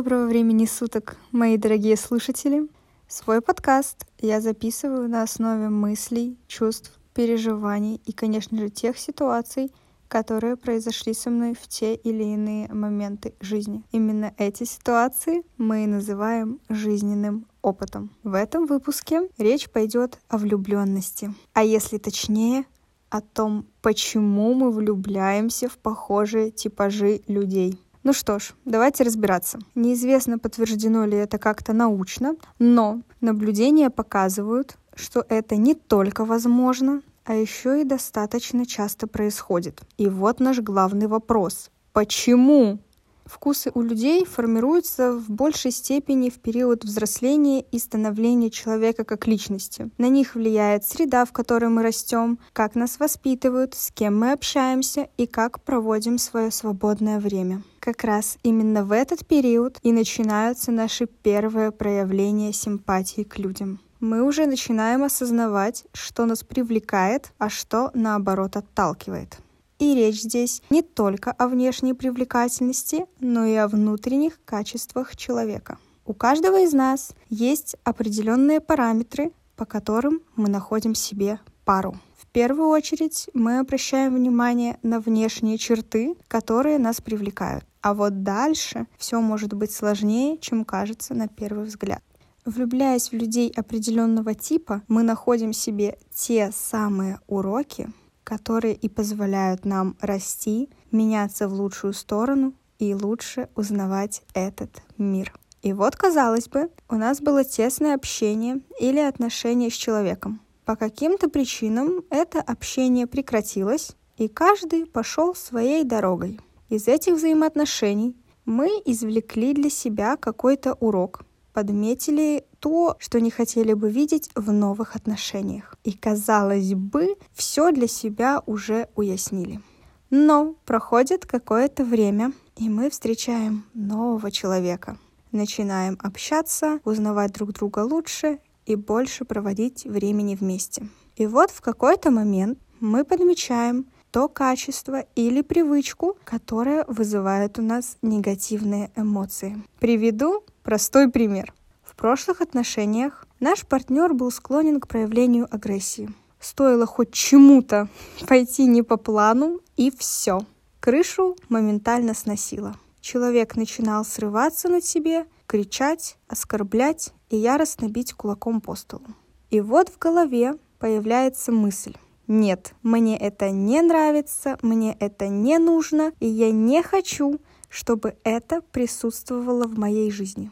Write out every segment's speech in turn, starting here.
Доброго времени суток, мои дорогие слушатели! Свой подкаст я записываю на основе мыслей, чувств, переживаний и, конечно же, тех ситуаций, которые произошли со мной в те или иные моменты жизни. Именно эти ситуации мы и называем жизненным опытом. В этом выпуске речь пойдет о влюбленности, а если точнее, о том, почему мы влюбляемся в похожие типажи людей. Ну что ж, давайте разбираться. Неизвестно, подтверждено ли это как-то научно, но наблюдения показывают, что это не только возможно, а еще и достаточно часто происходит. И вот наш главный вопрос. Почему? Вкусы у людей формируются в большей степени в период взросления и становления человека как личности. На них влияет среда, в которой мы растем, как нас воспитывают, с кем мы общаемся и как проводим свое свободное время. Как раз именно в этот период и начинаются наши первые проявления симпатии к людям. Мы уже начинаем осознавать, что нас привлекает, а что, наоборот, отталкивает. И речь здесь не только о внешней привлекательности, но и о внутренних качествах человека. У каждого из нас есть определенные параметры, по которым мы находим себе пару. В первую очередь мы обращаем внимание на внешние черты, которые нас привлекают. А вот дальше все может быть сложнее, чем кажется на первый взгляд. Влюбляясь в людей определенного типа, мы находим себе те самые уроки, которые и позволяют нам расти, меняться в лучшую сторону и лучше узнавать этот мир. И вот, казалось бы, у нас было тесное общение или отношение с человеком. По каким-то причинам это общение прекратилось, и каждый пошел своей дорогой. Из этих взаимоотношений мы извлекли для себя какой-то урок, подметили то, что не хотели бы видеть в новых отношениях. И, казалось бы, все для себя уже уяснили. Но проходит какое-то время, и мы встречаем нового человека. Начинаем общаться, узнавать друг друга лучше и больше проводить времени вместе. И вот в какой-то момент мы подмечаем то качество или привычку, которое вызывает у нас негативные эмоции. Приведу простой пример. В прошлых отношениях наш партнер был склонен к проявлению агрессии. Стоило хоть чему-то пойти не по плану, и все. Крышу моментально сносило. Человек начинал срываться на себе, кричать, оскорблять и яростно бить кулаком по столу. И вот в голове появляется мысль. Нет, мне это не нравится, мне это не нужно, и я не хочу, чтобы это присутствовало в моей жизни.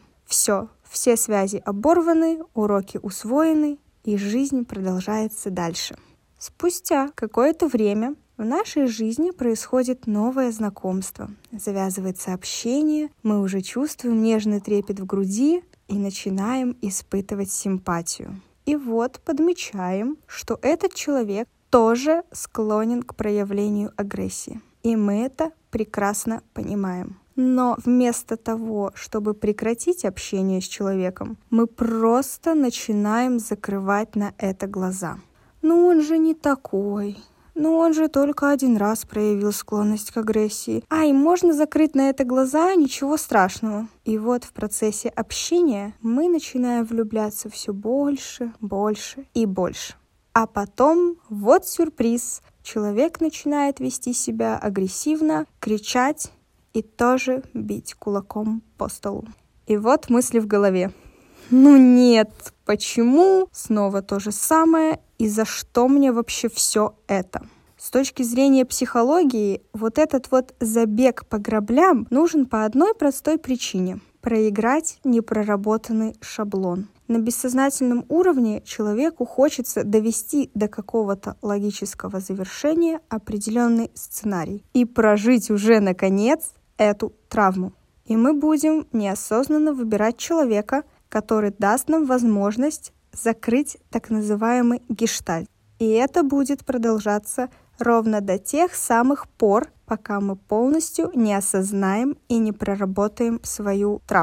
Все связи оборваны, уроки усвоены, и жизнь продолжается дальше. Спустя какое-то время в нашей жизни происходит новое знакомство. Завязывается общение, мы уже чувствуем нежный трепет в груди и начинаем испытывать симпатию. И вот подмечаем, что этот человек тоже склонен к проявлению агрессии. И мы это прекрасно понимаем. Но вместо того, чтобы прекратить общение с человеком, мы просто начинаем закрывать на это глаза. Ну он же не такой. Ну он же только один раз проявил склонность к агрессии. И можно закрыть на это глаза, ничего страшного. И вот в процессе общения мы начинаем влюбляться все больше, больше и больше. А потом, вот сюрприз, человек начинает вести себя агрессивно, кричать и тоже бить кулаком по столу. И вот мысли в голове. Ну нет, почему? Снова то же самое, и за что мне вообще все это? С точки зрения психологии, вот этот вот забег по граблям нужен по одной простой причине – проиграть непроработанный шаблон. На бессознательном уровне человеку хочется довести до какого-то логического завершения определенный сценарий и прожить уже, наконец, эту травму. И мы будем неосознанно выбирать человека, который даст нам возможность закрыть так называемый гештальт. И это будет продолжаться ровно до тех самых пор, пока мы полностью не осознаем и не проработаем свою травму.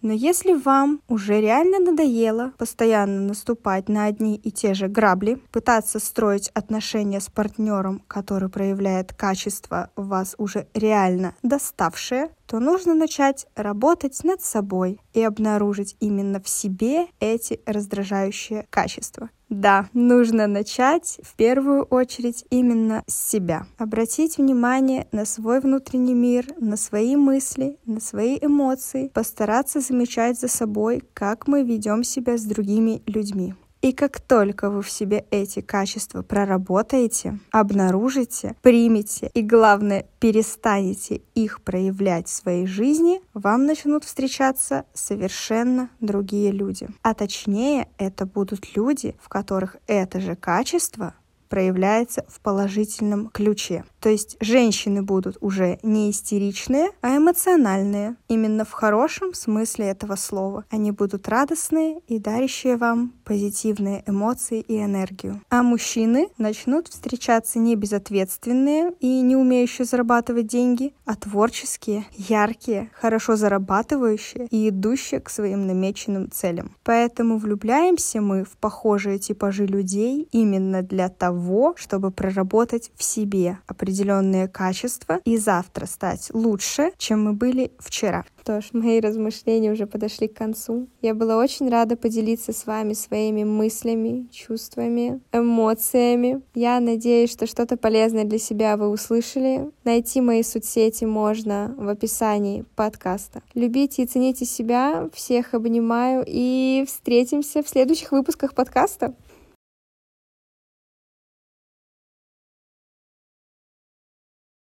Но если вам уже реально надоело постоянно наступать на одни и те же грабли, пытаться строить отношения с партнером, который проявляет качества в вас уже реально доставшие, то нужно начать работать над собой и обнаружить именно в себе эти раздражающие качества. Да, нужно начать в первую очередь именно с себя. Обратить внимание на свой внутренний мир, на свои мысли, на свои эмоции, постараться замечать за собой, как мы ведем себя с другими людьми. И как только вы в себе эти качества проработаете, обнаружите, примете и, главное, перестанете их проявлять в своей жизни, вам начнут встречаться совершенно другие люди. А точнее, это будут люди, в которых это же качество проявляется в положительном ключе. То есть женщины будут уже не истеричные, а эмоциональные. Именно в хорошем смысле этого слова. Они будут радостные и дарящие вам позитивные эмоции и энергию. А мужчины начнут встречаться не безответственные и не умеющие зарабатывать деньги, а творческие, яркие, хорошо зарабатывающие и идущие к своим намеченным целям. Поэтому влюбляемся мы в похожие типажи людей именно для того, чтобы проработать в себе определенные качества и завтра стать лучше, чем мы были вчера. Что ж, мои размышления уже подошли к концу. Я была очень рада поделиться с вами своими мыслями, чувствами, эмоциями. Я надеюсь, что что-то полезное для себя вы услышали. Найти мои соцсети можно в описании подкаста. Любите и цените себя. Всех обнимаю и встретимся в следующих выпусках подкаста.